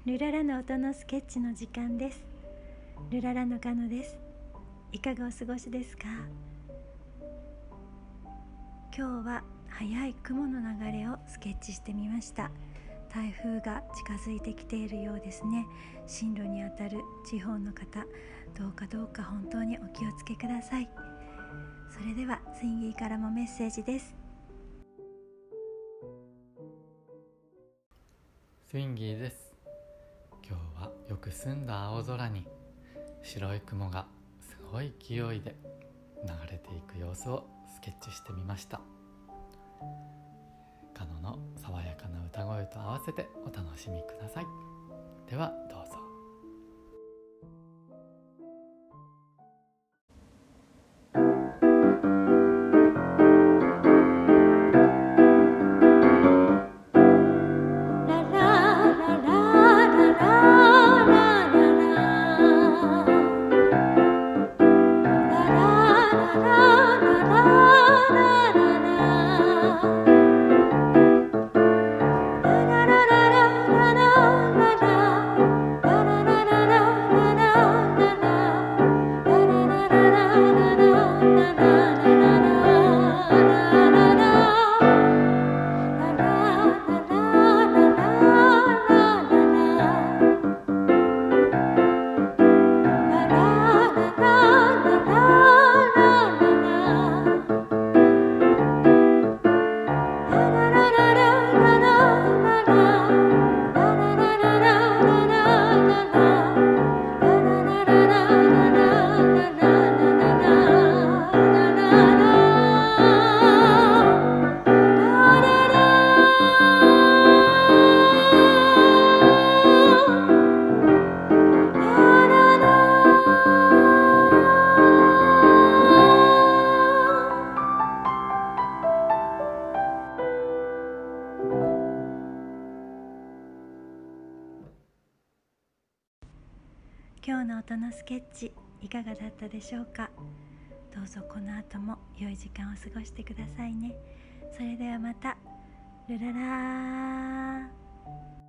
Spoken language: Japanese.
ルララの音のスケッチの時間です。ルララのガノです。いかがお過ごしですか？今日は速い雲の流れをスケッチしてみました。台風が近づいてきているようですね。進路にあたる地方の方、どうか本当にお気をつけください。それではスインギーからもメッセージです。 スインギーです。今日はよく澄んだ青空に白い雲がすごい勢いで流れていく様子をスケッチしてみました。カノの爽やかな歌声と合わせてお楽しみください。ではどうぞ。 今日の音のスケッチいかがだったでしょうか？どうぞこの後も良い時間を過ごしてくださいね。それではまた。ルララー。